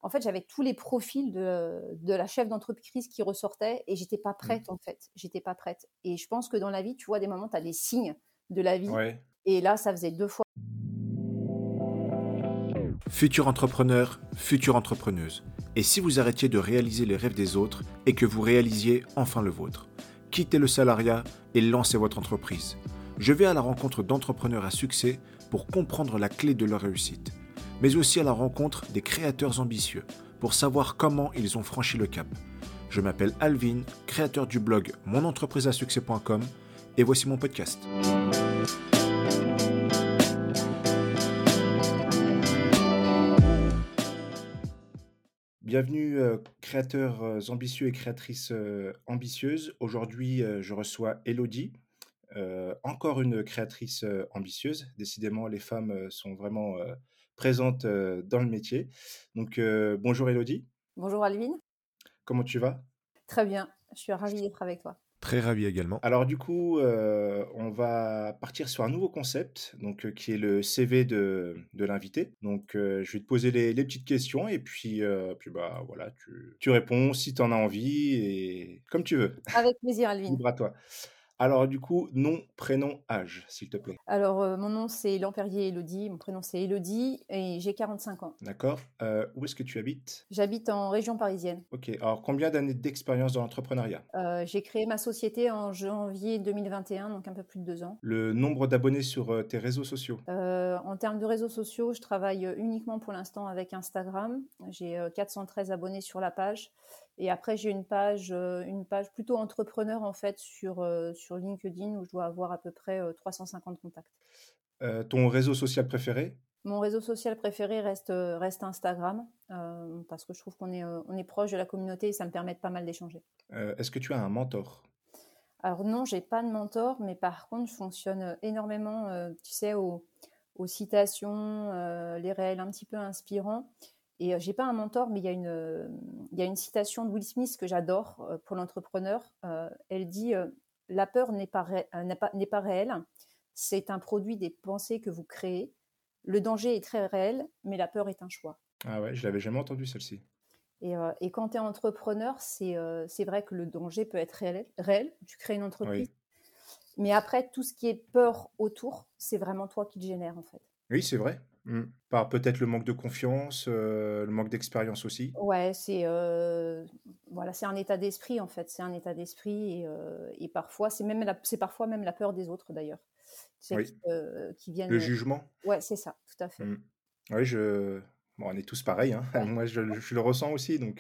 en fait, j'avais tous les profils de la chef d'entreprise qui ressortaient et j'étais pas Mmh. prête, en fait. J'étais pas prête. Et je pense que dans la vie, tu vois, des moments, tu as des signes de la vie. Ouais. Et là, ça faisait 2 fois. Futur entrepreneur, future entrepreneuse. Et si vous arrêtiez de réaliser les rêves des autres et que vous réalisiez enfin le vôtre? Quittez le salariat et lancez votre entreprise. Je vais à la rencontre d'entrepreneurs à succès pour comprendre la clé de leur réussite, mais aussi à la rencontre des créateurs ambitieux pour savoir comment ils ont franchi le cap. Je m'appelle Alvin, créateur du blog monentrepriseasuccès.com et voici mon podcast. Bienvenue créateurs ambitieux et créatrices ambitieuses. Aujourd'hui, je reçois Elodie, encore une créatrice ambitieuse. Décidément, les femmes sont vraiment présentes dans le métier. Donc, bonjour Elodie, Bonjour Alvin. comment tu vas? Très bien. Je suis ravie d'être avec toi. Très ravi également. Alors du coup, on va partir sur un nouveau concept, donc qui est le CV de l'invité. Donc, je vais te poser les petites questions et puis bah voilà, tu réponds si tu en as envie et comme tu veux. Avec plaisir, Alvin. Libre à toi. Alors du coup, nom, prénom, âge, s'il te plaît. Alors, mon nom, c'est Lampérier Élodie. Mon prénom, c'est Élodie et j'ai 45 ans. D'accord. Où est-ce que tu habites? J'habite en région parisienne. OK. Alors combien d'années d'expérience dans l'entrepreneuriat? J'ai créé ma société en janvier 2021, donc un peu plus de 2 ans. Le nombre d'abonnés sur, tes réseaux sociaux? En termes de réseaux sociaux, je travaille uniquement pour l'instant avec Instagram. J'ai 413 abonnés sur la page. Et après, j'ai une page plutôt entrepreneur en fait sur LinkedIn où je dois avoir à peu près 350 contacts. Ton réseau social préféré? Mon réseau social préféré reste Instagram parce que je trouve on est proche de la communauté et ça me permet de pas mal d'échanger. Est-ce que tu as un mentor? Alors non, j'ai pas de mentor, mais par contre, je fonctionne énormément, tu sais, aux citations, les réels un petit peu inspirants. Et j'ai pas un mentor, mais il y a une citation de Will Smith que j'adore pour l'entrepreneur. Elle dit la peur n'est pas réelle, c'est un produit des pensées que vous créez. Le danger est très réel, mais la peur est un choix. Ah ouais, je l'avais jamais entendu celle-ci. Et quand tu es entrepreneur, c'est vrai que le danger peut être réel. Tu crées une entreprise. Oui. Mais après, tout ce qui est peur autour, c'est vraiment toi qui le génères, en fait. Oui, c'est vrai. Mmh. Par peut-être le manque de confiance, le manque d'expérience aussi? Ouais, voilà, c'est un état d'esprit, en fait. C'est un état d'esprit et parfois, c'est parfois même la peur des autres, d'ailleurs. Tu sais, Oui. qui Le viennent. jugement? Ouais, c'est ça, tout à fait. Mmh. Oui, bon, on est tous pareils, hein. Ouais. Moi, je le ressens aussi, donc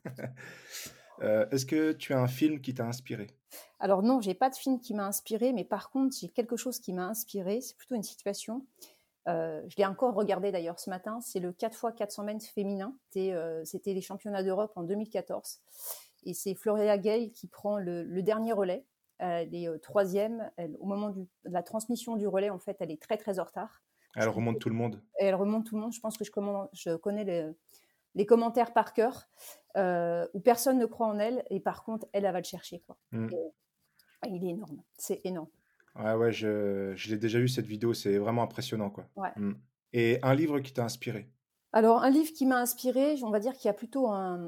est-ce que tu as un film qui t'a inspiré? Alors non, j'ai pas de film qui m'a inspiré, mais par contre, j'ai quelque chose qui m'a inspiré. C'est plutôt une situation. Je l'ai encore regardé d'ailleurs ce matin, c'est le 4x400 mètres féminin. C'était les championnats d'Europe en 2014. Et c'est Floria Gay qui prend le dernier relais. Elle est troisième. Au moment de la transmission du relais, en fait, elle est très très en retard. Elle remonte tout le monde? Et elle remonte tout le monde. Je pense que je connais les commentaires par cœur, où personne ne croit en elle. Et par contre, elle va le chercher, quoi. Mmh. Et il est énorme. C'est énorme. Ah ouais, je l'ai déjà vu cette vidéo, c'est vraiment impressionnant, quoi. Ouais. Mmh. Et un livre qui t'a inspiré? Alors, un livre qui m'a inspiré, on va dire qu'il y a plutôt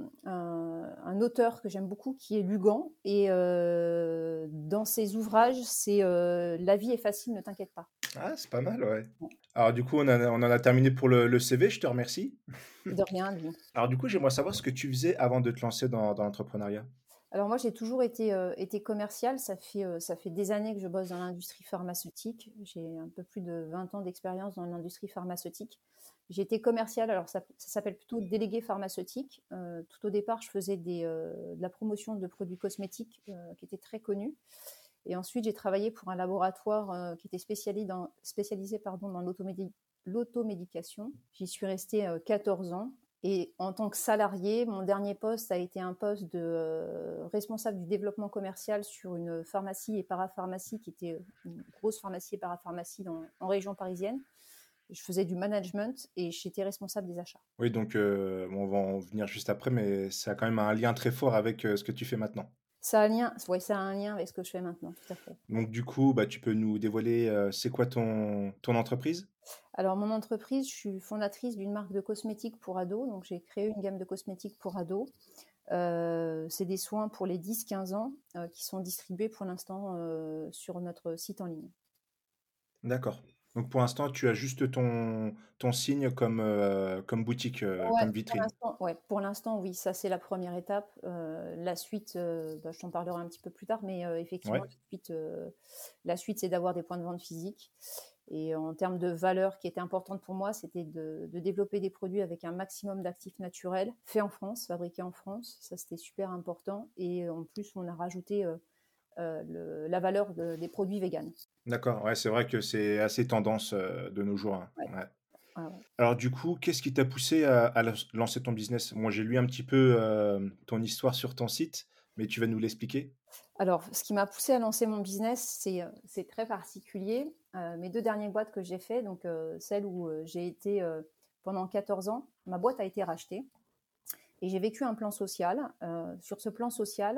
un auteur que j'aime beaucoup qui est Lugan. Et dans ses ouvrages, c'est La vie est facile, ne t'inquiète pas. Ah, c'est pas mal, ouais. Alors du coup, on en a terminé pour le CV, je te remercie. De rien, lui. Alors du coup, j'aimerais savoir ce que tu faisais avant de te lancer dans l'entrepreneuriat? Alors moi, j'ai toujours été commerciale. Ça fait des années que je bosse dans l'industrie pharmaceutique. J'ai un peu plus de 20 ans d'expérience dans l'industrie pharmaceutique. J'ai été commerciale, alors ça s'appelle plutôt délégué pharmaceutique. Tout au départ, je faisais de la promotion de produits cosmétiques qui étaient très connus. Et ensuite, j'ai travaillé pour un laboratoire qui était spécialisé dans l'automédication. J'y suis restée 14 ans. Et en tant que salarié, mon dernier poste a été un poste de responsable du développement commercial sur une pharmacie et parapharmacie qui était une grosse pharmacie et parapharmacie en région parisienne. Je faisais du management et j'étais responsable des achats. Oui, donc bon, on va en venir juste après, mais ça a quand même un lien très fort avec ce que tu fais maintenant. Ça a un lien, ouais, ça a un lien avec ce que je fais maintenant, tout à fait. Donc du coup, bah, tu peux nous dévoiler, c'est quoi ton entreprise? Alors mon entreprise, je suis fondatrice d'une marque de cosmétiques pour ados, donc j'ai créé une gamme de cosmétiques pour ados. C'est des soins pour les 10-15 ans, qui sont distribués pour l'instant, sur notre site en ligne. D'accord. Donc pour l'instant, tu as juste ton signe comme boutique, Ouais, comme vitrine? pour l'instant, oui, ça c'est la première étape. La suite, bah, je t'en parlerai un petit peu plus tard, mais effectivement, Ouais, la suite, c'est d'avoir des points de vente physiques. Et en termes de valeur qui était importante pour moi, c'était de développer des produits avec un maximum d'actifs naturels, faits en France, fabriqués en France. Ça, c'était super important. Et en plus, on a rajouté la valeur des produits véganes. d'accord. Ouais, c'est vrai que c'est assez tendance, de nos jours, hein. Ouais, Ouais. ouais, ouais. Alors du coup, qu'est-ce qui t'a poussé à lancer ton business? Moi, j'ai lu un petit peu, ton histoire sur ton site, mais tu vas nous l'expliquer? Alors, ce qui m'a poussée à lancer mon business, c'est très particulier. Mes 2 dernières boîtes que j'ai fait, donc celle où, j'ai été, pendant 14 ans, ma boîte a été rachetée et j'ai vécu un plan social. Sur ce plan social,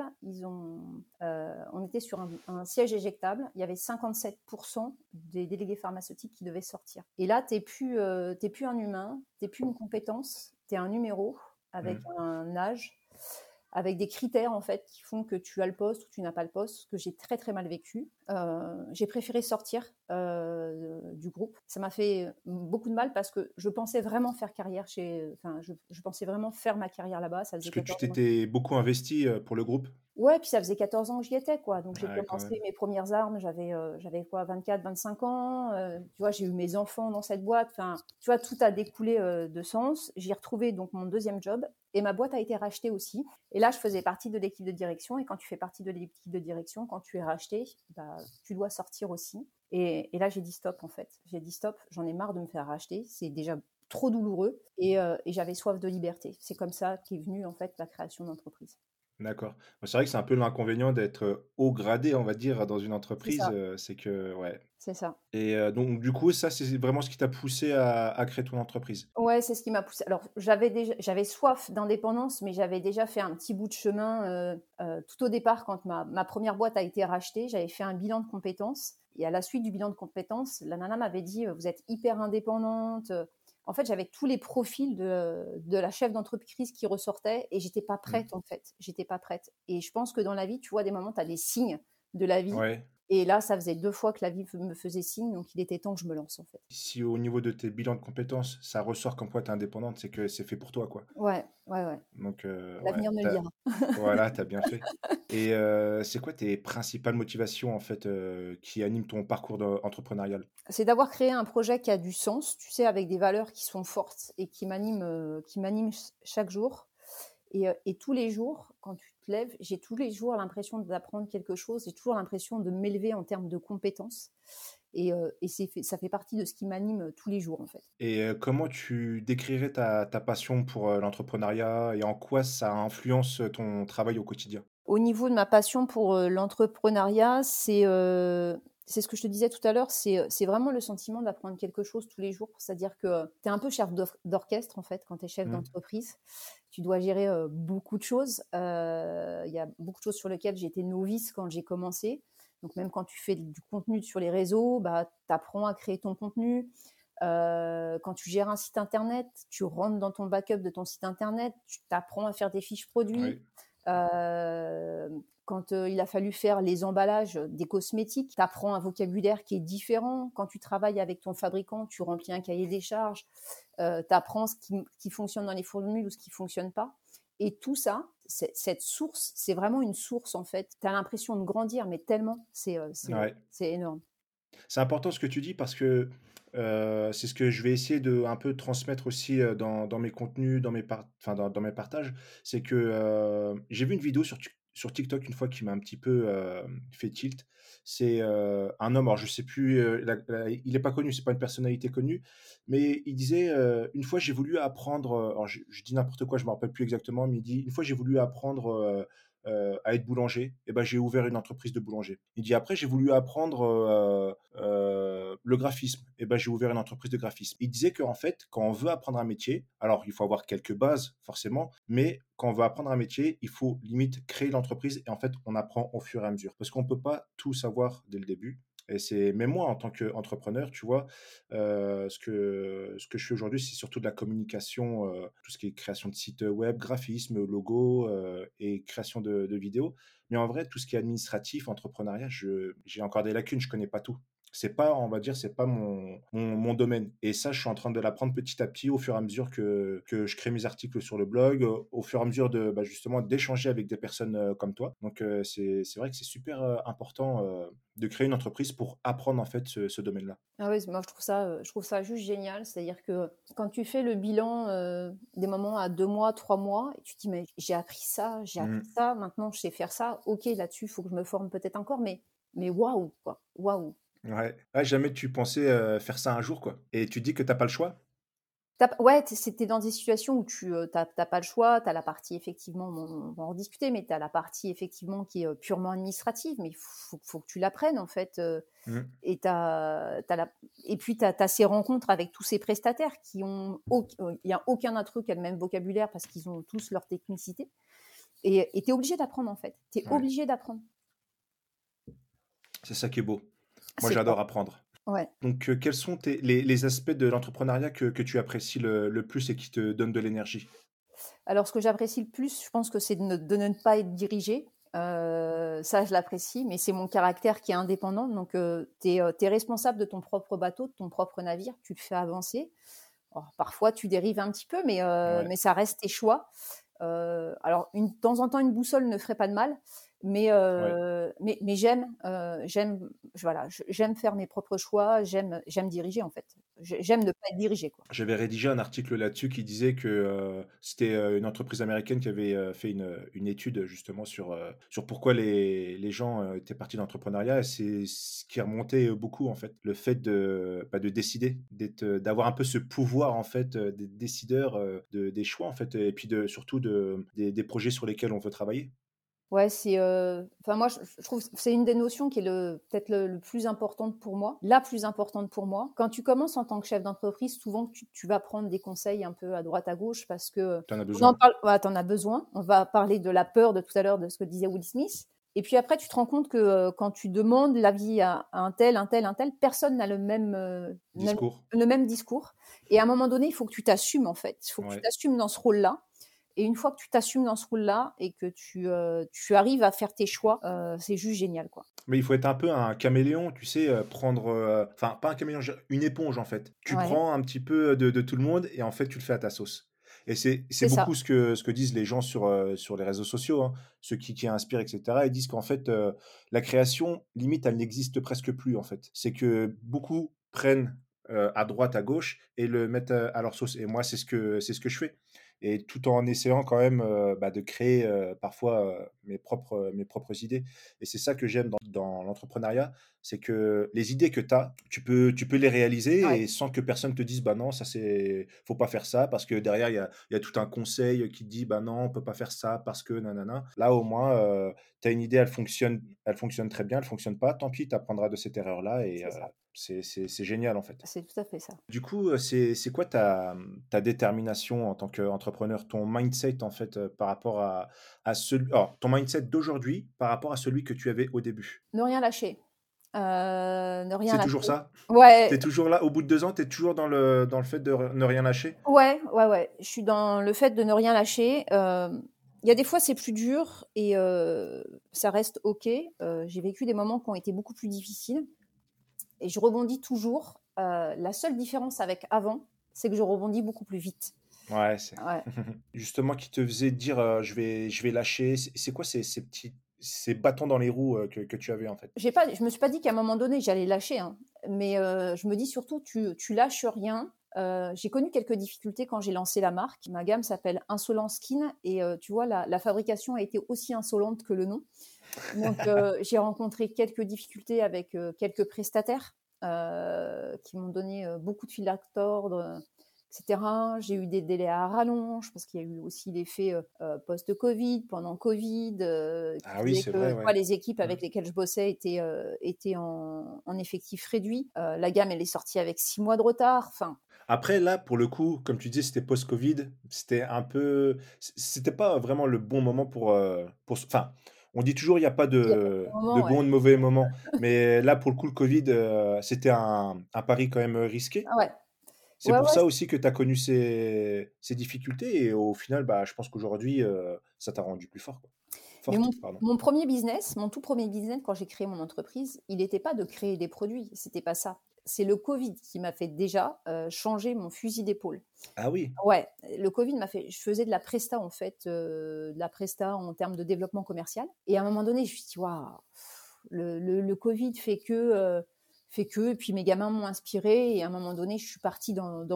on était sur un siège éjectable. Il y avait 57 des délégués pharmaceutiques qui devaient sortir. Et là, tu plus un humain, tu plus une compétence, tu es un numéro avec Mmh. un âge, avec des critères en fait qui font que tu as le poste ou tu n'as pas le poste, ce que j'ai très très mal vécu. J'ai préféré sortir du groupe. Ça m'a fait beaucoup de mal parce que je pensais vraiment faire carrière enfin, je pensais vraiment faire ma carrière là-bas. Ça Parce faisait que tu 14 ans. t'étais beaucoup investi, pour le groupe? Ouais, puis ça faisait 14 ans que j'y étais, quoi. Donc j'ai Ouais, quand commencé même. mes premières armes, j'avais quoi, 24-25 ans. Tu vois, j'ai eu mes enfants dans cette boîte. Enfin, tu vois, tout a découlé de sens. J'ai retrouvé donc mon deuxième job et ma boîte a été rachetée aussi. Et là, je faisais partie de l'équipe de direction. Et quand tu fais partie de l'équipe de direction, quand tu es racheté, bah, tu dois sortir aussi. Et là, j'ai dit stop, en fait. J'ai dit stop, j'en ai marre de me faire racheter. C'est déjà trop douloureux et j'avais soif de liberté. C'est comme ça qu'est venue, en fait, la création d'entreprise. D'accord. Bah, c'est vrai que c'est un peu l'inconvénient d'être, haut gradé, on va dire, dans une C'est entreprise, ça, c'est que ouais. c'est ça. Et donc du coup, ça, c'est vraiment ce qui t'a poussé à créer ton entreprise? Ouais, c'est ce qui m'a poussée. Alors, j'avais soif d'indépendance, mais j'avais déjà fait un petit bout de chemin, tout au départ quand ma 1re boîte a été rachetée. J'avais fait un bilan de compétences et à la suite du bilan de compétences, la nana m'avait dit: «Vous êtes hyper indépendante». En fait, j'avais tous les profils de la chef d'entreprise qui ressortaient et j'étais pas Mmh. prête, en fait. J'étais pas prête et je pense que dans la vie, tu vois, des moments, tu as des signes de la vie Ouais. et là, ça faisait 2 fois que la vie me faisait signe, donc il était temps que je me lance, en fait. Si au niveau de tes bilans de compétences, ça ressort comme quoi tu es indépendante, c'est que c'est fait pour toi, quoi. Ouais, ouais, ouais. Donc ouais, L'avenir me le tu dira. voilà, tu as bien fait. Et c'est quoi tes principales motivations, en fait, qui animent ton parcours entrepreneurial? C'est d'avoir créé un projet qui a du sens, tu sais, avec des valeurs qui sont fortes et qui m'animent chaque jour. Et tous les jours, quand tu te lèves, j'ai tous les jours l'impression d'apprendre quelque chose, j'ai toujours l'impression de m'élever en termes de compétences. Et ça fait partie de ce qui m'anime tous les jours, en fait. Et comment tu décrirais ta passion pour, l'entrepreneuriat et en quoi ça influence, ton travail au quotidien? Au niveau de ma passion pour l'entrepreneuriat, c'est ce que je te disais tout à l'heure, c'est vraiment le sentiment d'apprendre quelque chose tous les jours. C'est-à-dire que tu es un peu chef d'orchestre, en fait, quand tu es chef Mmh. d'entreprise. Tu dois gérer beaucoup de choses. Il y a beaucoup de choses sur lesquelles j'étais novice quand j'ai commencé. Donc même quand tu fais du contenu sur les réseaux, bah, tu apprends à créer ton contenu. Quand tu gères un site internet, tu rentres dans ton backup de ton site internet, tu apprends à faire des fiches produits. Oui. Quand il a fallu faire les emballages des cosmétiques, tu apprends un vocabulaire qui est différent. Quand tu travailles avec ton fabricant, tu remplis un cahier des charges, tu apprends ce qui fonctionne dans les formules ou ce qui ne fonctionne pas. Et tout ça, cette source, c'est vraiment une source en fait. Tu as l'impression de grandir, mais tellement, Ouais. c'est énorme. C'est important ce que tu dis parce que, c'est ce que je vais essayer de un peu transmettre aussi, dans mes contenus, dans mes partages. C'est que, j'ai vu une vidéo sur TikTok une fois qui m'a un petit peu, fait tilt. C'est, un homme, alors je sais plus, il est pas connu, c'est pas une personnalité connue, mais il disait, «Une fois j'ai voulu apprendre», alors je dis n'importe quoi, je me rappelle plus exactement, mais il dit: «Une fois j'ai voulu apprendre, à être boulanger, et ben, j'ai ouvert une entreprise de boulanger. Il dit: «Après, j'ai voulu apprendre, le graphisme, et ben, j'ai ouvert une entreprise de graphisme». Il disait qu'en fait, quand on veut apprendre un métier, alors il faut avoir quelques bases forcément, mais quand on veut apprendre un métier, il faut limite créer l'entreprise et en fait, on apprend au fur et à mesure. Parce qu'on ne peut pas tout savoir dès le début. Et c'est même moi en tant qu'entrepreneur, tu vois, ce que je fais aujourd'hui, c'est surtout de la communication, tout ce qui est création de sites web, graphisme, logo, et création de vidéos. Mais en vrai, tout ce qui est administratif, entrepreneuriat, j'ai encore des lacunes, je connais pas tout. C'est pas, on va dire, c'est pas mon domaine. Et ça, je suis en train de l'apprendre petit à petit au fur et à mesure que je crée mes articles sur le blog, au fur et à mesure de, bah, justement, d'échanger avec des personnes comme toi. Donc, c'est vrai que c'est super important de créer une entreprise pour apprendre en fait ce domaine-là. Ah oui, moi je trouve ça juste génial. C'est-à-dire que quand tu fais le bilan des moments à 2 mois, 3 mois, et tu te dis, mais j'ai appris Mm. ça, maintenant je sais faire ça. Ok, là-dessus, il faut que je me forme peut-être encore, mais waouh, quoi. Waouh. Ouais. Ah, jamais tu pensais faire ça un jour, quoi. Et tu dis que t'as pas le choix? Ouais, c'était dans des situations où tu t'as pas le choix. Tu as la partie, effectivement, on va en rediscuter, mais tu as la partie, effectivement, qui est purement administrative, mais il faut que tu l'apprennes, en fait. Mm. Et, et puis, tu as ces rencontres avec tous ces prestataires qui ont. Il n'y a aucun d'entre eux qui a le même vocabulaire parce qu'ils ont tous leur technicité. Et tu es obligé d'apprendre, en fait. Tu es Ouais. obligé d'apprendre. C'est ça qui est beau. Moi, C'est j'adore top. apprendre. Ouais. Donc, quels sont les aspects de l'entrepreneuriat que tu apprécies le plus et qui te donnent de l'énergie? Alors, ce que j'apprécie le plus, je pense que c'est de ne pas être dirigé. Ça, je l'apprécie, mais c'est mon caractère qui est indépendant. Donc, tu es responsable de ton propre bateau, de ton propre navire. Tu le fais avancer. Alors, parfois, tu dérives un petit peu, Ouais. mais ça reste tes choix. Alors, de temps en temps, une boussole ne ferait pas de mal, mais, Ouais. voilà, j'aime faire mes propres choix, j'aime diriger, en fait. J'aime ne pas être dirigé, quoi. J'avais rédigé un article là-dessus qui disait que c'était une entreprise américaine qui avait fait une étude justement sur pourquoi les gens étaient partis de l'entrepreneuriat. Et c'est ce qui remontait beaucoup en fait. Le fait de décider, d'avoir un peu ce pouvoir en fait des décideurs, des choix en fait, et puis surtout des projets sur lesquels on veut travailler. Ouais, enfin moi, je trouve que c'est une des notions qui est peut-être le plus importante pour moi, la plus importante pour moi. Quand tu commences en tant que chef d'entreprise, souvent tu vas prendre des conseils un peu à droite à gauche parce que Tu en as on en besoin. parle, ouais, t'en as besoin. On va parler de la peur de tout à l'heure, de ce que disait Will Smith. Et puis après, tu te rends compte que quand tu demandes l'avis à un tel, un tel, un tel, personne n'a Discours. le même discours. Et à un moment donné, il faut que tu t'assumes, en fait. Il faut que tu Ouais. t'assumes dans ce rôle-là. Et une fois que tu t'assumes dans ce rôle-là et que tu arrives à faire tes choix, c'est juste génial, quoi. Mais il faut être un peu un caméléon, tu sais, prendre, enfin, pas un caméléon, une éponge, en fait. Tu Ouais, prends un petit peu de tout le monde et en fait, tu le fais à ta sauce. Et c'est c'est ça. beaucoup ce que disent les gens sur les réseaux sociaux, hein, ceux qui inspirent et cetera. Ils disent qu'en fait, la création, limite, elle n'existe presque plus, en fait. C'est que beaucoup prennent, à droite, à gauche et le mettent, à leur sauce. Et moi, c'est ce que je fais. Et tout en essayant quand même, bah, de créer, parfois, mes propres idées. Et c'est ça que j'aime dans l'entrepreneuriat, c'est que les idées que tu as, tu peux les réaliser Ouais, et sans que personne te dise: «Bah non, ça c'est faut pas faire ça», parce que derrière il y a tout un conseil qui te dit: «Bah non, on peut pas faire ça parce que nanana». Là, au moins, tu as une idée, elle fonctionne très bien, elle fonctionne pas, tant pis, tu apprendras de cette erreur-là et c'est ça. c'est génial, en fait. C'est tout à fait ça. Du coup, c'est quoi ta détermination en tant qu'entrepreneur? Ton mindset, en fait, par rapport alors, ton mindset d'aujourd'hui par rapport à celui que tu avais au début? Ne rien lâcher. Ne rien C'est toujours lâcher. ça? Tu Ouais, es toujours là au bout de 2 ans, tu es toujours dans le fait de ne rien lâcher? ouais, ouais, ouais. Je suis dans le fait de ne rien lâcher. Il y a des fois, c'est plus dur et ça reste OK. J'ai vécu des moments qui ont été beaucoup plus difficiles et je rebondis toujours. La seule différence avec avant, c'est que je rebondis beaucoup plus vite. Ouais, c'est Ouais. justement qui te faisait dire, «Je vais lâcher». C'est quoi ces bâtons dans les roues, que tu avais, en fait? Je me suis pas dit qu'à un moment donné, j'allais lâcher, hein, mais je me dis surtout: «Tu lâches rien». J'ai connu quelques difficultés quand j'ai lancé la marque. Ma gamme s'appelle Insolent Skin et tu vois, la fabrication a été aussi insolente que le nom. Donc j'ai rencontré quelques difficultés avec, quelques prestataires, qui m'ont donné, beaucoup de fil à retordre, etc. J'ai eu des délais à rallonge parce qu'il y a eu aussi l'effet post-Covid, pendant Covid, Ah qui oui, faisait c'est que vrai, tu ouais. vois, les équipes Mm. avec lesquelles je bossais étaient en effectif réduit. La gamme, elle est sortie avec 6 mois de retard. Enfin, Après, là, pour le coup, comme tu dis, c'était post-Covid, c'était un peu, c'était pas vraiment le bon moment enfin, on dit toujours il n'y a pas il y a pas de de moment, ouais. bons ou de mauvais moments, mais là, pour le coup, le Covid, c'était un pari quand même risqué. Ah ouais. C'est Ouais, pour ouais. ça aussi que tu as connu ces difficultés et au final, bah, je pense qu'aujourd'hui, ça t'a rendu plus fort, quoi. Mais Forte, pardon. mon premier business, mon tout premier business, quand j'ai créé mon entreprise, il n'était pas de créer des produits, c'était pas ça. C'est le Covid qui m'a fait déjà changer mon fusil d'épaule. Ah oui, Ouais, le Covid m'a fait. Je faisais de la presta en fait, de la presta en termes de développement commercial. Et à un moment donné, je me suis dit, waouh, le Covid fait que. Et puis mes gamins m'ont inspiré. Et à un moment donné, je suis partie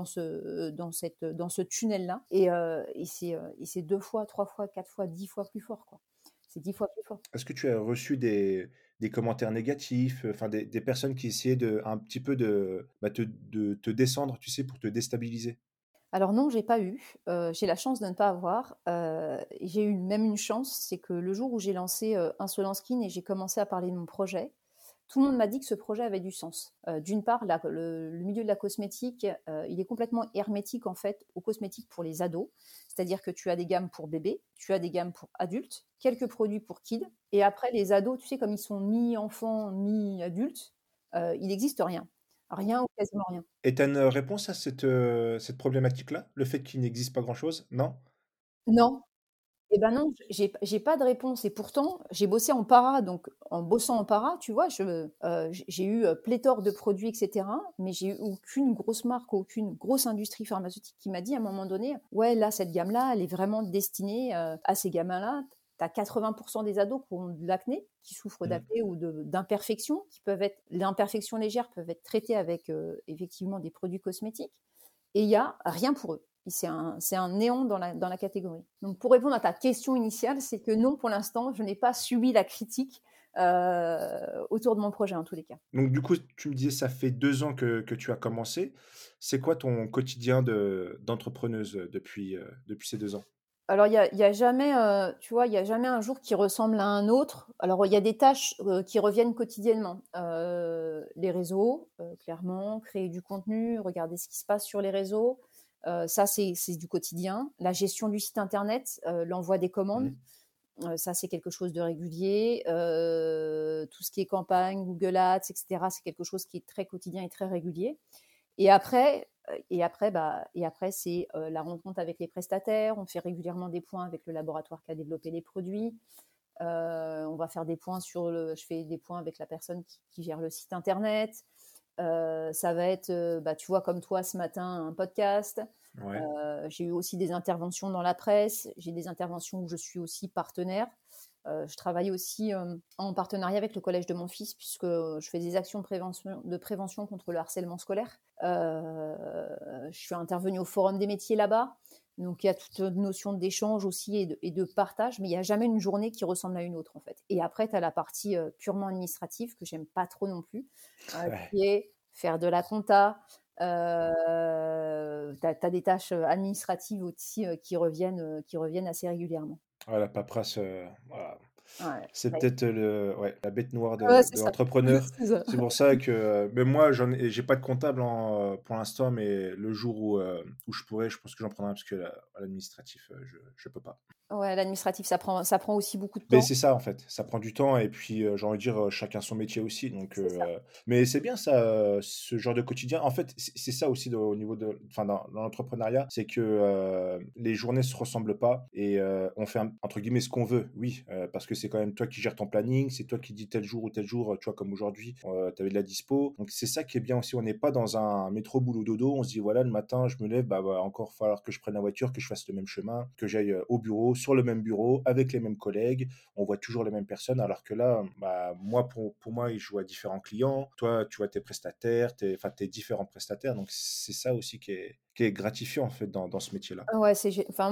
dans ce tunnel-là. Et c'est 2 fois, 3 fois, 4 fois, 10 fois plus fort, quoi. C'est 10 fois plus fort. est-ce que tu as reçu des commentaires négatifs, enfin des personnes qui essayaient un petit peu bah, de te descendre, tu sais, pour te déstabiliser? Alors non, j'ai pas eu. J'ai la chance de ne pas avoir. J'ai eu même une chance, c'est que le jour où j'ai lancé Insolence Skin et j'ai commencé à parler de mon projet, tout le monde m'a dit que ce projet avait du sens. D'une part, le milieu de la cosmétique, il est complètement hermétique en fait aux cosmétiques pour les ados. C'est-à-dire que tu as des gammes pour bébés, tu as des gammes pour adultes, quelques produits pour kids. Et après, les ados, tu sais, comme ils sont mi-enfants, mi-adultes, il n'existe rien. Rien ou quasiment rien. Et tu as une réponse à cette problématique-là? Le fait qu'il n'existe pas grand-chose? Non? Non. Eh ben non, j'ai pas de réponse et pourtant, j'ai bossé en para, donc en bossant en para, tu vois, j'ai eu, pléthore de produits et cetera, mais j'ai eu aucune grosse marque, aucune grosse industrie pharmaceutique qui m'a dit à un moment donné: «Ouais, là, cette gamme-là, elle est vraiment destinée, à ces gamins-là». Tu as 80 des ados qui ont de l'acné, qui souffrent Mmh. d'acné ou d'imperfections qui peuvent être les imperfections légères peuvent être traitées avec, effectivement des produits cosmétiques et il y a rien pour eux. C'est un néant dans la catégorie. Donc, pour répondre à ta question initiale, c'est que non, pour l'instant, je n'ai pas subi la critique autour de mon projet, en tous les cas. Donc du coup, tu me disais, ça fait 2 ans que tu as commencé. C'est quoi ton quotidien d'entrepreneuse, depuis ces 2 ans? Alors, il y a jamais, tu vois, il y a jamais un jour qui ressemble à un autre. Alors, il y a des tâches qui reviennent quotidiennement. Les réseaux, clairement, créer du contenu, regarder ce qui se passe sur les réseaux. Ça, c'est du quotidien. La gestion du site internet, l'envoi des Mmh. commandes. Ça, c'est quelque chose de régulier. Tout ce qui est campagne, Google Ads, etc., c'est quelque chose qui est très quotidien et très régulier. Et après, c'est la rencontre avec les prestataires. On fait régulièrement des points avec le laboratoire qui a développé les produits. On va faire des points je fais des points avec la personne qui gère le site internet. Ça va être, tu vois, comme toi ce matin, un podcast. Ouais. J'ai eu aussi des interventions dans la presse. J'ai des interventions où je suis aussi partenaire. Je travaille aussi en partenariat avec le collège de mon fils puisque je fais des actions de prévention contre le harcèlement scolaire. Je suis intervenue au Forum des métiers là-bas. Donc, il y a toute une notion d'échange aussi et de partage, mais il n'y a jamais une journée qui ressemble à une autre, en fait. Et après, tu as la partie purement administrative que j'aime pas trop non plus, Ouais. qui est faire de la compta. Tu as des tâches administratives aussi qui reviennent assez régulièrement. Ouais, la paperasse, voilà. Ouais, C'est ouais. peut-être ouais, la bête noire Ouais, c'est de ça. l'entrepreneur. C'est ça. C'est pour ça que mais moi, j'ai pas de comptable pour l'instant, mais le jour où je pourrai, je pense que j'en prendrai un parce que l'administratif, je peux pas. Ouais, l'administratif, ça prend aussi beaucoup de Mais temps. c'est ça en fait, ça prend du temps et puis, j'ai envie de dire, chacun son métier aussi donc C'est ça. mais c'est bien ça, ce genre de quotidien. En fait, c'est ça aussi au niveau enfin dans l'entrepreneuriat, c'est que, les journées se ressemblent pas et on fait entre guillemets «ce qu'on veut». Oui, parce que c'est quand même toi qui gères ton planning, c'est toi qui dis tel jour ou tel jour, tu vois? Comme aujourd'hui, tu avais de la dispo donc c'est ça qui est bien aussi. On n'est pas dans un métro boulot dodo, on se dit: «Voilà, le matin, je me lève, bah, va encore falloir que je prenne la voiture, que je fasse le même chemin, que j'aille, au bureau, sur le même bureau, avec les mêmes collègues». On voit toujours les mêmes personnes, alors que là, bah, moi, pour moi, je vois différents clients. Toi, tu vois tes prestataires, enfin, tes différents prestataires. Donc, c'est ça aussi qui est gratifiant, en fait, dans ce métier-là. Ouais, enfin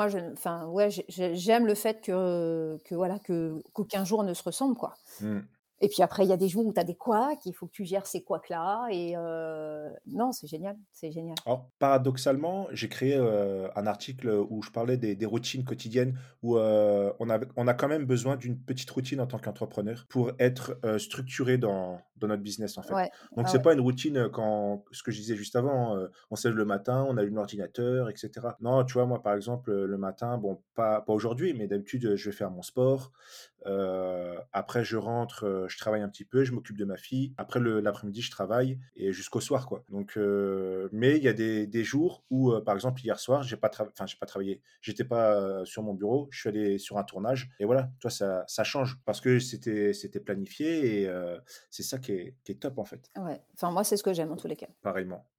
enfin ouais, j'aime le fait que voilà, qu'aucun jour ne se ressemble, quoi. Mmh. Et puis après, il y a des jours où tu as des couacs, il faut que tu gères ces couacs-là et non, c'est génial, c'est génial. Alors, paradoxalement, j'ai créé, un article où je parlais des routines quotidiennes où, on a quand même besoin d'une petite routine en tant qu'entrepreneur pour être, structuré dans notre business, en fait. Ouais, Donc ah c'est ouais, pas une routine, quand ce que je disais juste avant, on se lève le matin, on allume l'ordinateur et cetera. Non, tu vois, moi, par exemple, le matin, bon, pas aujourd'hui, mais d'habitude, je vais faire mon sport. Après je rentre, je travaille un petit peu, je m'occupe de ma fille. Après l'après-midi, je travaille et jusqu'au soir, quoi. Donc mais il y a des jours où, par exemple, hier soir, j'ai pas travaillé. J'étais pas, sur mon bureau, je suis allé sur un tournage et voilà, toi ça change parce que c'était planifié et c'est ça qui est top, en fait, ouais. Enfin moi, c'est ce que j'aime en tous les cas. pareillement.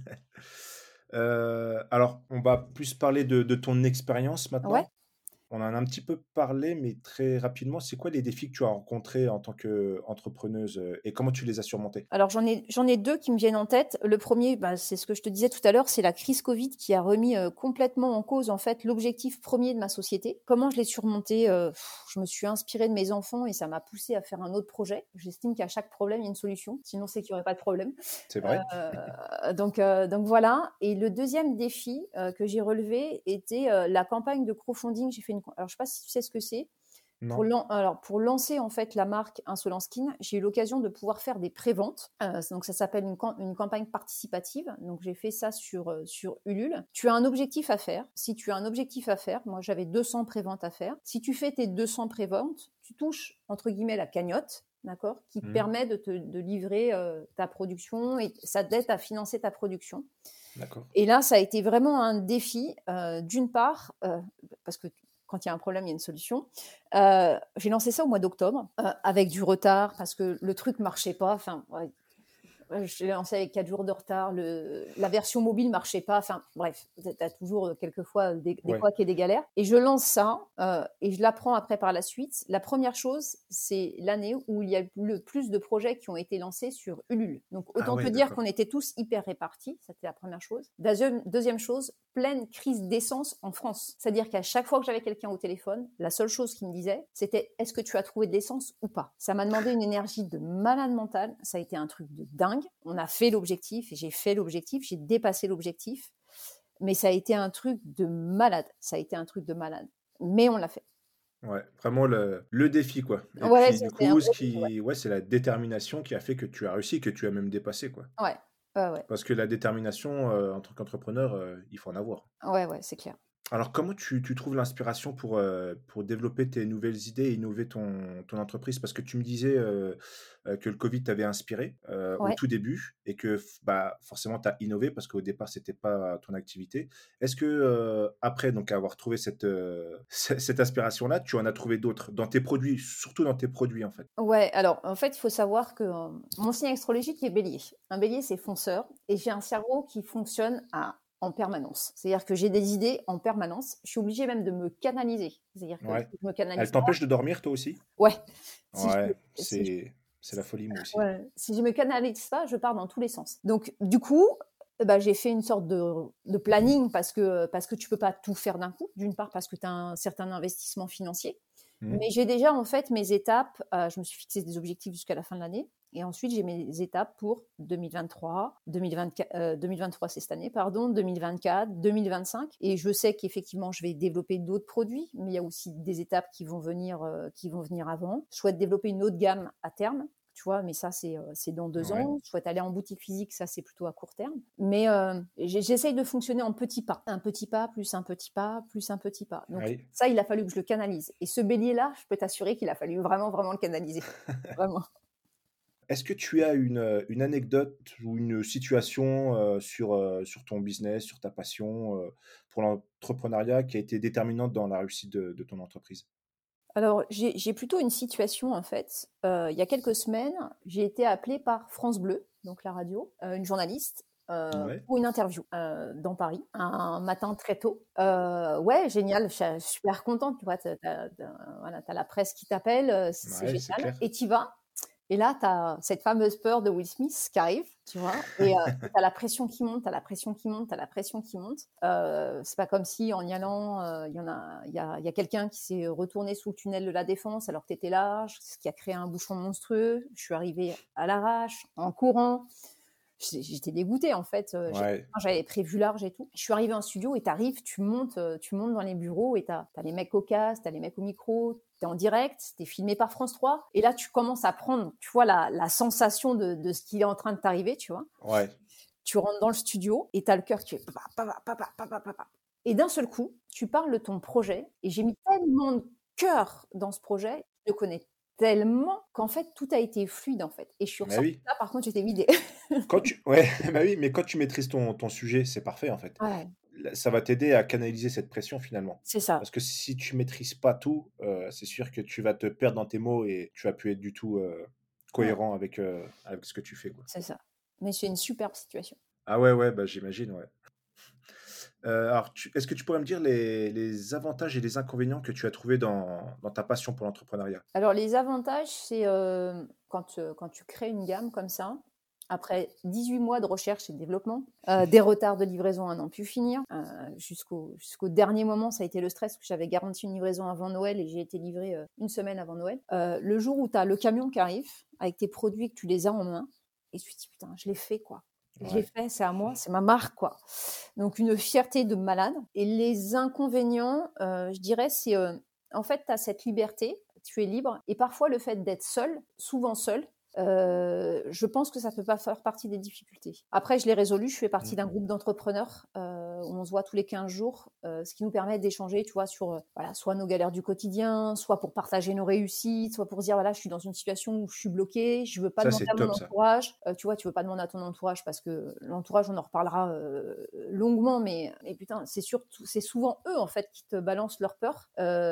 Alors on va plus parler de ton expérience Ouais. maintenant. On en a un petit peu parlé, mais très rapidement, c'est quoi les défis que tu as rencontrés en tant qu'entrepreneuse, et comment tu les as surmontés? Alors j'en ai 2 qui me viennent en tête. Le premier, bah, c'est ce que je te disais tout à l'heure, c'est la crise Covid qui a remis, complètement en cause, en fait, l'objectif premier de ma société. Comment je l'ai surmonté? Je me suis inspirée de mes enfants et ça m'a poussée à faire un autre projet. J'estime qu'à chaque problème, il y a une solution, sinon c'est qu'il y aurait pas de problème. C'est vrai? Donc voilà. Et le deuxième défi, que j'ai relevé était, la campagne de crowdfunding. J'ai fait une alors je sais pas si tu sais ce que c'est? Non? Pour lancer en fait la marque Insolent Skin, j'ai eu l'occasion de pouvoir faire des préventes. Donc ça s'appelle une campagne participative. Donc j'ai fait ça sur Ulule. Tu as un objectif à faire. Si tu as un objectif à faire, moi j'avais 200 préventes à faire. Si tu fais tes 200 préventes, tu touches entre guillemets la cagnotte, d'accord, qui te Mmh. permet de livrer ta production et ça t'aide à financer ta production. D'accord. Et là, ça a été vraiment un défi, d'une part, parce que quand il y a un problème, il y a une solution. J'ai lancé ça au mois d'octobre, avec du retard parce que le truc marchait pas. Enfin, ouais, je l'ai lancé avec 4 jours de retard. La version mobile marchait pas. Enfin, bref, tu as toujours quelquefois des Ouais. couacs et des galères. Et je lance ça et je l'apprends après par la suite. La première chose, c'est l'année où il y a eu le plus de projets qui ont été lancés sur Ulule. Donc, Ah autant te ouais, dire qu'on d'accord. était tous hyper répartis. C'était la première chose. Deuxième chose, pleine crise d'essence en France. C'est-à-dire qu'à chaque fois que j'avais quelqu'un au téléphone, la seule chose qu'il me disait, c'était est-ce que tu as trouvé de l'essence ou pas? Ça m'a demandé une énergie de malade mental. Ça a été un truc de dingue. On a fait l'objectif et j'ai fait l'objectif. J'ai dépassé l'objectif. Mais ça a été un truc de malade. Ça a été un truc de malade. Mais on l'a fait. Ouais, vraiment le défi, quoi, et Ouais, puis du c'était un coup, ce gros défi, ouais. qui ouais, c'est la détermination qui a fait que tu as réussi, que tu as même dépassé, quoi. Ouais, ouais, ouais. Parce que la détermination, en tant qu'entrepreneur, il faut en avoir. Ouais, ouais, c'est clair. Alors comment tu trouves l'inspiration pour développer tes nouvelles idées et innover ton entreprise? Parce que tu me disais, que le covid t'avait inspiré, au Ouais. tout début et que bah, forcément tu as innové parce qu'au départ c'était pas ton activité. Est-ce que, après donc avoir trouvé cette, cette inspiration-là, tu en as trouvé d'autres dans tes produits, surtout dans tes produits, en fait? Ouais, alors en fait, il faut savoir que mon signe astrologique est bélier. Un bélier, c'est fonceur et j'ai un cerveau qui fonctionne en permanence. C'est-à-dire que j'ai des idées en permanence. Je suis obligée même de me canaliser. C'est-à-dire que si Ouais. je me Elle canalise pas, t'empêche de dormir toi aussi? ouais, si je, Ouais, si je, c'est la folie moi aussi. ouais, si je me canalise pas, je pars dans tous les sens. Donc du coup, bah, j'ai fait une sorte de planning parce que tu peux pas tout faire d'un coup. D'une part parce que tu as un certain investissement financier. Mmh. Mais j'ai déjà en fait mes étapes, je me suis fixé des objectifs jusqu'à la fin de l'année et ensuite j'ai mes étapes pour 2023, 2023 c'est cette année, pardon, 2024, 2025 et je sais qu'effectivement je vais développer d'autres produits, mais il y a aussi des étapes qui vont venir avant. Je souhaite développer une autre gamme à terme, tu vois, mais ça c'est dans 2 Ouais. ans. Je souhaite aller en boutique physique, ça c'est plutôt à court terme. Mais j'essaye de fonctionner en petits pas. Un petit pas, plus un petit pas, plus un petit pas. Donc Oui. ça, il a fallu que je le canalise. Et ce bélier-là, je peux t'assurer qu'il a fallu vraiment, vraiment le canaliser. Vraiment. Est-ce que tu as une anecdote ou une situation, sur ton business, sur ta passion, pour l'entrepreneuriat qui a été déterminante dans la réussite de ton entreprise? Alors, j'ai plutôt une situation, en fait. Il y a quelques semaines, j'ai été appelée par France Bleu, donc la radio, une journaliste, Ouais, pour une interview dans Paris, un matin très tôt. Ouais, génial, je suis super contente, tu vois, voilà, t'as la presse qui t'appelle, c'est ouais, c'est génial. clair. Et tu vas. Et là, tu as cette fameuse peur de Will Smith qui arrive, tu vois, et tu as la pression qui monte, tu as la pression qui monte, tu as la pression qui monte. C'est pas comme si en y allant, il y a quelqu'un qui s'est retourné sous le tunnel de la Défense alors que tu étais là, ce qui a créé un bouchon monstrueux. Je suis arrivée à l'arrache, en courant. J'étais dégoûtée en fait. Ouais. J'avais prévu large et tout. Je suis arrivée en studio et t'arrives, tu montes dans les bureaux et t'as les mecs au casque, t'as les mecs au micro, t'es en direct, t'es filmé par France 3 et là tu commences à prendre, tu vois, la sensation de ce qui est en train de t'arriver, tu vois. Ouais. Tu rentres dans le studio et t'as le cœur qui fait papa, papa, papa, papa, papa. Et d'un seul coup, tu parles de ton projet et j'ai mis tellement de cœur dans ce projet, je le connais tellement qu'en fait tout a été fluide en fait. Et je suis Bah ressortie oui. là, par contre j'étais vidée. Ouais, bah oui, mais quand tu maîtrises ton sujet, c'est parfait, en fait. Ouais. Ça va t'aider à canaliser cette pression, finalement. C'est ça, Parce que si tu maîtrises pas tout, c'est sûr que tu vas te perdre dans tes mots et tu vas plus être du tout, ouais, cohérent avec ce que tu fais, quoi. c'est ça. Mais c'est une superbe situation. Ah ouais, ouais, bah, j'imagine, ouais. Alors est-ce que tu pourrais me dire les avantages et les inconvénients que tu as trouvés dans ta passion pour l'entrepreneuriat? Alors les avantages, c'est, quand tu crées une gamme comme ça, après 18 mois de recherche et de développement, des retards de livraison à n'en plus finir, jusqu'au dernier moment, ça a été le stress, parce que j'avais garanti une livraison avant Noël et j'ai été livrée, 1 semaine avant Noël. Le jour où tu as le camion qui arrive avec tes produits, que tu les as en main et tu te dis: «Putain, je l'ai fait, quoi. Je l'ai Ouais. fait, c'est à moi, c'est ma marque, quoi». Donc une fierté de malade. Et les inconvénients, je dirais, c'est, en fait, tu as cette liberté, tu es libre et parfois le fait d'être seul, souvent seul, je pense que ça peut pas faire partie des difficultés. Après, je l'ai résolu, je fais partie Mmh. d'un groupe d'entrepreneurs, où on se voit tous les 15 jours, ce qui nous permet d'échanger, tu vois, sur, voilà, soit nos galères du quotidien, soit pour partager nos réussites, soit pour se dire: «Voilà, je suis dans une situation où je suis bloquée, je veux pas Ça, demander c'est à mon top, ça. entourage». Tu vois, tu veux pas demander à ton entourage parce que l'entourage, on en reparlera, longuement, mais putain, c'est souvent eux, en fait, qui te balancent leurs peurs,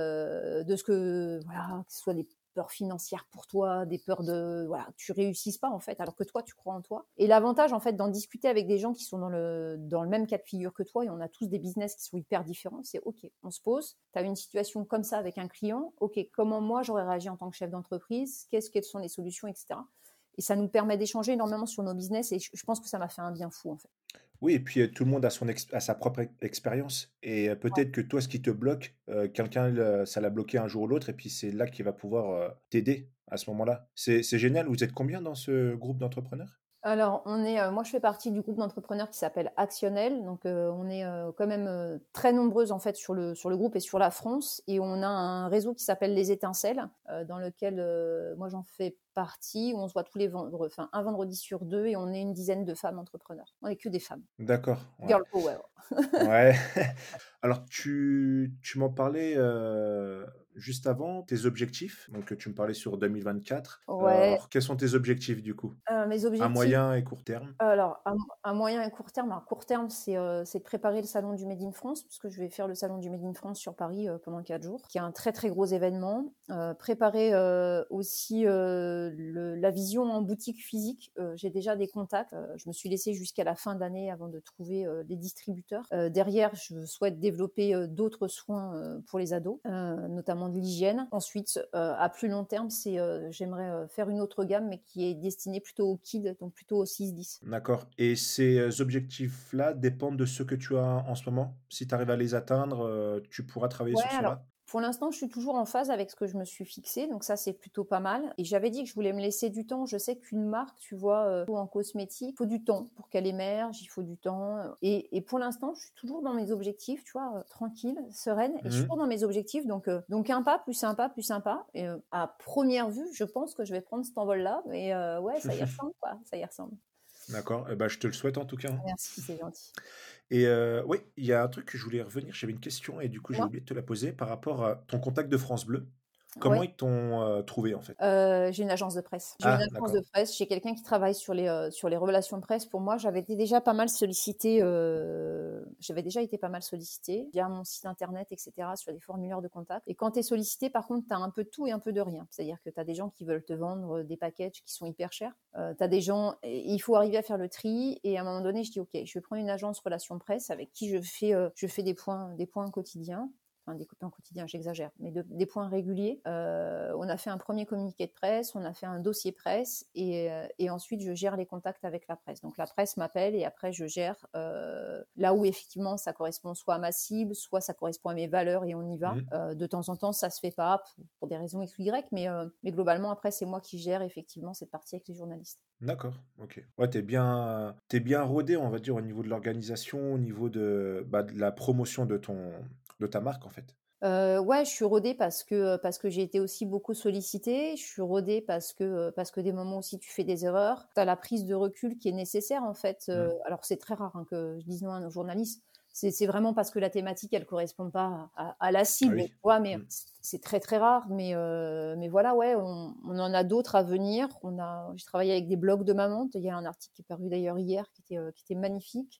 de ce que voilà, que ce soit des peurs financières pour toi, des peurs de voilà, tu réussisses pas en fait, alors que toi tu crois en toi. Et l'avantage en fait d'en discuter avec des gens qui sont dans le même cas de figure que toi, et on a tous des business qui sont hyper différents, c'est ok, on se pose, tu as une situation comme ça avec un client, ok, comment moi j'aurais réagi en tant que chef d'entreprise, quelles sont les solutions, etc. Et ça nous permet d'échanger énormément sur nos business et je pense que ça m'a fait un bien fou en fait. Oui et puis, tout le monde a sa propre expérience et peut-être que toi, ce qui te bloque, quelqu'un ça l'a bloqué un jour ou l'autre et puis c'est là qu'il va pouvoir, t'aider à ce moment-là. C'est génial. Vous êtes combien dans ce groupe d'entrepreneurs? Alors, moi, je fais partie du groupe d'entrepreneurs qui s'appelle Actionnel. Donc, on est quand même très nombreuses en fait sur le groupe et sur la France. Et on a un réseau qui s'appelle Les Étincelles, dans lequel moi j'en fais partie. Où on se voit tous les vendredis, enfin un vendredi sur deux, et on est une dizaine de femmes entrepreneurs. On est que des femmes. D'accord, ouais. Girl power. Ouais. Alors tu m'en parlais, juste avant, tes objectifs, donc tu me parlais sur 2024. Ouais. Alors quels sont tes objectifs du coup? Mes À objectifs. moyen et court terme? Alors, à moyen et court terme, à court terme, c'est de préparer le salon du Made in France, puisque je vais faire le salon du Made in France sur Paris pendant 4 jours, qui est un très très gros événement. Préparer aussi la vision en boutique physique. J'ai déjà des contacts. Je me suis laissée jusqu'à la fin d'année avant de trouver des distributeurs. Derrière, je souhaite développer d'autres soins pour les ados, notamment de l'hygiène. Ensuite, à plus long terme, j'aimerais faire une autre gamme, mais qui est destinée plutôt aux kids, donc plutôt aux 6-10. D'accord et ces, objectifs-là dépendent de ceux que tu as en ce moment? Si tu arrives à les atteindre, tu pourras travailler Ouais, sur alors, cela? pour l'instant, je suis toujours en phase avec ce que je me suis fixé, donc ça, c'est plutôt pas mal. Et j'avais dit que je voulais me laisser du temps. Je sais qu'une marque, tu vois, en cosmétique, il faut du temps pour qu'elle émerge, il faut du temps. Et pour l'instant, je suis toujours dans mes objectifs, tu vois, tranquille, sereine, et je suis Mmh. toujours dans mes objectifs. Donc un pas, plus un pas, plus un pas. Et à première vue, je pense que je vais prendre cet envol-là, mais ouais, ça y ressemble, quoi, ça y ressemble. D'accord et bah, je te le souhaite en tout cas, hein. Merci, c'est gentil. Et oui, il y a un truc que je voulais revenir, j'avais une question et du coup, j'ai Moi? oublié de te la poser par rapport à ton contact de France Bleu. Comment Ouais. ils t'ont, trouvé en fait? J'ai une agence de presse. J'ai une Ah agence de d'accord. presse, j'ai quelqu'un qui travaille sur les relations de presse pour moi. J'avais été déjà pas mal sollicitée, j'avais déjà été pas mal sollicitée via mon site internet et cetera, sur des formulaires de contact. Et quand tu es sollicitée, par contre, tu as un peu de tout et un peu de rien. C'est-à-dire que tu as des gens qui veulent te vendre des packages qui sont hyper chers. Tu as des gens, et il faut arriver à faire le tri, et à un moment donné, je dis: «OK, je vais prendre une agence relations presse avec qui je fais des points quotidiens». enfin des points quotidiens, j'exagère, mais des points réguliers. On a fait un premier communiqué de presse, on a fait un dossier presse et ensuite je gère les contacts avec la presse. Donc la presse m'appelle et après je gère là où effectivement ça correspond soit à ma cible, soit ça correspond à mes valeurs et on y va. Mhm. De temps en temps ça se fait pas pour des raisons X ou Y, mais globalement après c'est moi qui gère effectivement cette partie avec les journalistes. D'accord, ok. Ouais, t'es bien rodé, on va dire, au niveau de l'organisation, au niveau de la promotion de ta marque, en fait. Ouais, je suis rodée parce que j'ai été aussi beaucoup sollicitée. Je suis rodée parce que des moments aussi tu fais des erreurs. Tu as la prise de recul qui est nécessaire en fait, Mm. alors c'est très rare, hein, que je dise non à nos journalistes. C'est vraiment parce que la thématique elle correspond pas à la Ah cible, oui. tu vois? Mais Mm. c'est très, très rare, mais voilà, ouais, on en a d'autres à venir. J'ai travaillé avec des blogs de mamans. Il y a un article qui est paru d'ailleurs hier qui était magnifique.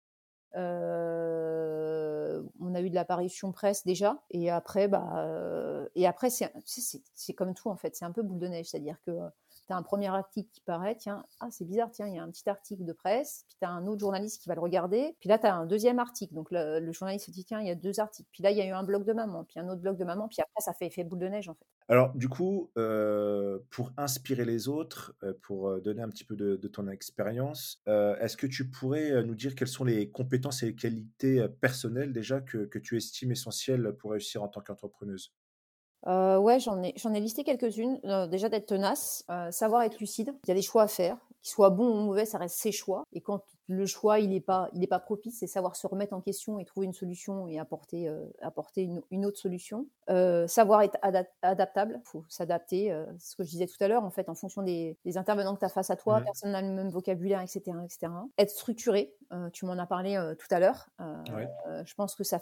On a eu de l'apparition presse déjà et après c'est comme tout en fait, c'est un peu boule de neige, c'est-à-dire que tu as un premier article qui paraît, tiens, ah c'est bizarre, tiens, il y a un petit article de presse, puis tu as un autre journaliste qui va le regarder, puis là tu as un deuxième article, donc le journaliste se dit tiens, il y a deux articles, puis là il y a eu un blog de maman, puis un autre blog de maman, puis après ça fait effet boule de neige en fait. Alors, du coup, pour inspirer les autres, pour donner un petit peu de ton expérience, est-ce que tu pourrais nous dire quelles sont les compétences et les qualités personnelles déjà que tu estimes essentielles pour réussir en tant qu'entrepreneuse? Ouais, j'en ai listé quelques-unes. Déjà d'être tenace, savoir être lucide. Il y a des choix à faire, qu'ils soient bons ou mauvais, ça reste ses choix et quand le choix il est pas propice, c'est savoir se remettre en question et trouver une solution et apporter une autre solution. Savoir être adaptable, faut s'adapter, ce que je disais tout à l'heure en fait en fonction des intervenants que tu as face à toi, Mmh. personne n'a le même vocabulaire et cetera et cetera. Être structuré, tu m'en as parlé, tout à l'heure, Ouais, je pense que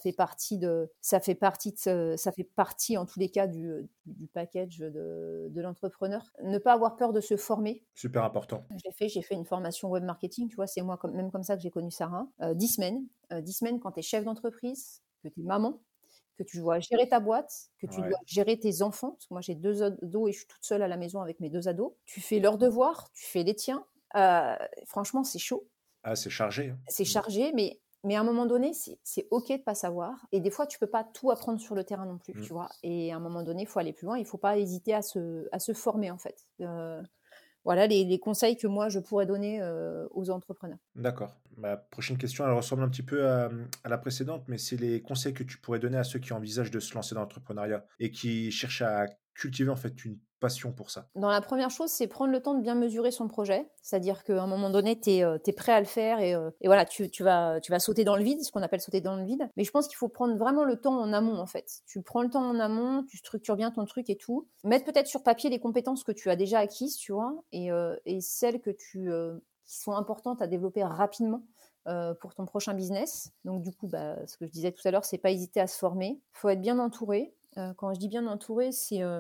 ça fait partie en tous les cas du package de l'entrepreneur. Ne pas avoir peur de se former. super important. J'ai fait une formation web marketing, tu vois, c'est moi même comme ça que j'ai connu Sarah. 10 semaines, 10 semaines quand tu es chef d'entreprise, que tu es maman, que tu dois gérer ta boîte, que tu dois Ouais. gérer tes enfants, parce que moi j'ai deux ados et je suis toute seule à la maison avec mes deux ados. Tu fais leurs devoirs, tu fais les tiens. Franchement, c'est chaud. Ah, c'est chargé, hein. C'est Mmh. chargé, mais à un moment donné, c'est OK de pas savoir. Et des fois, tu peux pas tout apprendre sur le terrain non plus, Mmh. tu vois. Et à un moment donné, il faut aller plus loin. Il faut pas hésiter à se former, en fait. Voilà les conseils que moi, je pourrais donner aux entrepreneurs. D'accord. Ma prochaine question, elle ressemble un petit peu à la précédente, mais c'est les conseils que tu pourrais donner à ceux qui envisagent de se lancer dans l'entrepreneuriat et qui cherchent à cultiver en fait une passion pour ça. Dans la première chose, c'est prendre le temps de bien mesurer son projet. C'est-à-dire qu'à un moment donné, tu es prêt à le faire et voilà, tu vas sauter dans le vide, ce qu'on appelle sauter dans le vide. Mais je pense qu'il faut prendre vraiment le temps en amont, en fait. Tu prends le temps en amont, tu structures bien ton truc et tout. Mettre peut-être sur papier les compétences que tu as déjà acquises, tu vois, et celles qui sont importantes à développer rapidement pour ton prochain business. Donc du coup, ce que je disais tout à l'heure, c'est pas hésiter à se former. Il faut être bien entouré. Quand je dis bien entouré,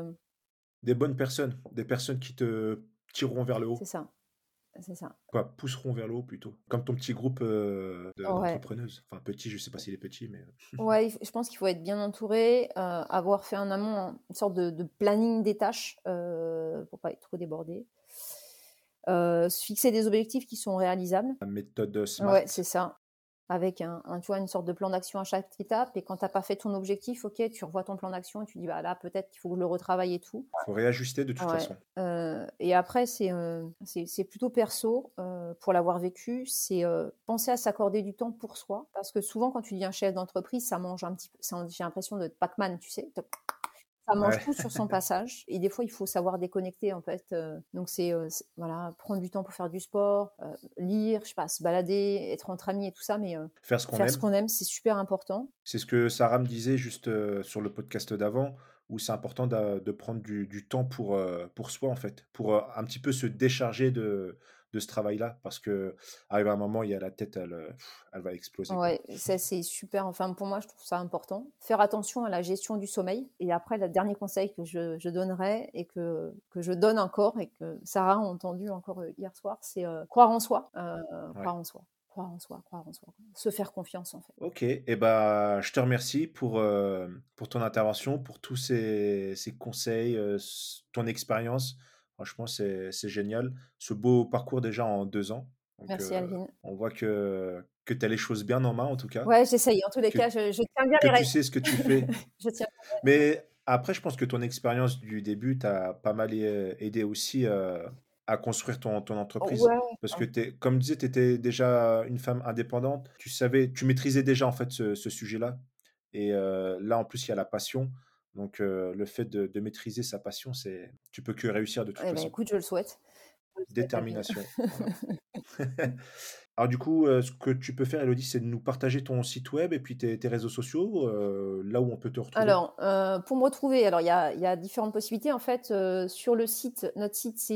Des personnes qui te tireront vers le c'est haut, ça, c'est ça. quoi, pousseront vers le haut plutôt. Comme ton petit groupe Ouais. d'entrepreneuses. Enfin, petit, je sais pas s'il est petit, mais Ouais, je pense qu'il faut être bien entouré, avoir fait en amont une sorte de planning des tâches pour pas être trop débordé. Se fixer des objectifs qui sont réalisables. la méthode Ouais, SMART. c'est ça. Avec tu vois, une sorte de plan d'action à chaque étape. Et quand t'as pas fait ton objectif, ok, tu revois ton plan d'action et tu dis bah là peut-être qu'il faut que je le retravaille et tout. Faut réajuster de toute Ouais. façon. Et après, c'est plutôt perso, pour l'avoir vécu, c'est penser à s'accorder du temps pour soi. Parce que souvent, quand tu deviens chef d'entreprise, ça mange un petit peu, j'ai l'impression de Pac-Man, tu sais. Ça mange Ouais. tout sur son passage. Et des fois, il faut savoir déconnecter, en fait. Donc, voilà, prendre du temps pour faire du sport, lire, je sais pas, se balader, être entre amis et tout ça. Mais Faire ce qu'on faire ce aime. qu'on aime, c'est super important. C'est ce que Sarah me disait juste sur le podcast d'avant, où c'est important de prendre du temps pour soi, en fait, pour un petit peu se décharger de ce travail-là. Parce que arrive un moment, il y a la tête, elle va exploser, quoi. Ouais, ça c'est super. Enfin, pour moi, je trouve ça important. Faire attention à la gestion du sommeil. Et après, le dernier conseil que je donnerais et que je donne encore et que Sarah a entendu encore hier soir, c'est croire en soi. Ouais. Croire en soi. Croire en soi, croire en soi. Se faire confiance, en fait. Ok, et ben, je te remercie pour ton intervention, pour tous ces conseils, ton expérience. Franchement, c'est génial. Ce beau parcours déjà en 2 ans. Donc, Merci Alvin. on voit que tu as les choses bien en main, en tout cas, Ouais, j'essaye. En tous les que, cas, je tiens bien que les tu règles. sais ce que tu fais. Je tiens. Mais après, je pense que ton expérience du début t'a pas mal aidé aussi à construire ton entreprise. Ouais. Parce que, comme disais, tu étais déjà une femme indépendante. Tu savais, tu maîtrisais déjà en fait ce sujet-là. Et là, en plus, il y a la passion. Donc, le fait de maîtriser sa passion, tu peux que réussir de toute Eh ben, façon. écoute, je le souhaite. Je le souhaite, Alvin. Détermination. Voilà. Alors du coup, ce que tu peux faire, Elodie, c'est de nous partager ton site web et puis tes réseaux sociaux, là où on peut te retrouver. Alors, pour me retrouver, alors il y a différentes possibilités. En fait, sur le site, notre site, c'est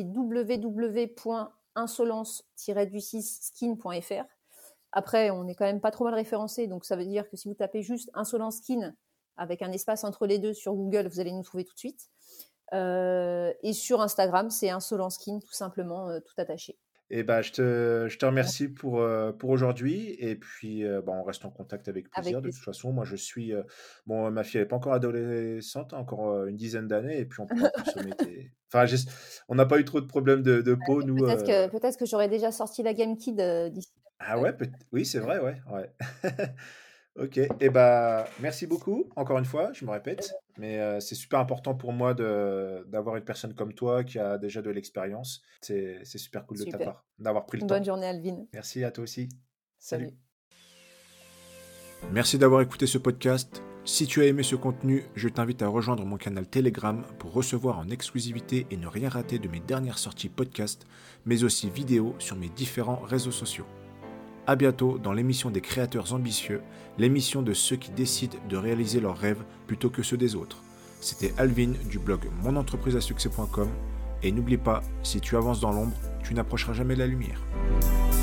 www.insolence-skin.fr. Après, on est quand même pas trop mal référencé, donc ça veut dire que si vous tapez juste Insolence Skin avec un espace entre les deux sur Google, vous allez nous trouver tout de suite. Et sur Instagram, c'est Insolence Skin, tout simplement, tout attaché. Et bah, je te remercie pour aujourd'hui et puis, bah, on reste en contact avec Avec plaisir. De toute plaisir. façon, moi, je suis, bon, ma fille, elle est pas encore adolescente, hein, encore, une dizaine d'années et puis on pourra consommer tes enfin, on n'a pas eu trop de problèmes de peau, nous, Peut-être que j'aurais déjà sorti la Game Kid d'ici. ah ouais, oui, c'est vrai, ouais, ouais. OK et bah, merci beaucoup, encore une fois, je me répète, mais c'est super important pour moi d'avoir une personne comme toi qui a déjà de l'expérience. C'est super cool de ta Super. part, d'avoir pris le Bonne temps. journée, Alvin. Merci à toi aussi. Salut. Salut. Merci d'avoir écouté ce podcast. Si tu as aimé ce contenu, je t'invite à rejoindre mon canal Telegram pour recevoir en exclusivité et ne rien rater de mes dernières sorties podcast, mais aussi vidéos sur mes différents réseaux sociaux. À bientôt dans l'émission des créateurs ambitieux, l'émission de ceux qui décident de réaliser leurs rêves plutôt que ceux des autres. C'était Alvin du blog monentrepriseasuccès.com et n'oublie pas, si tu avances dans l'ombre, tu n'approcheras jamais la lumière.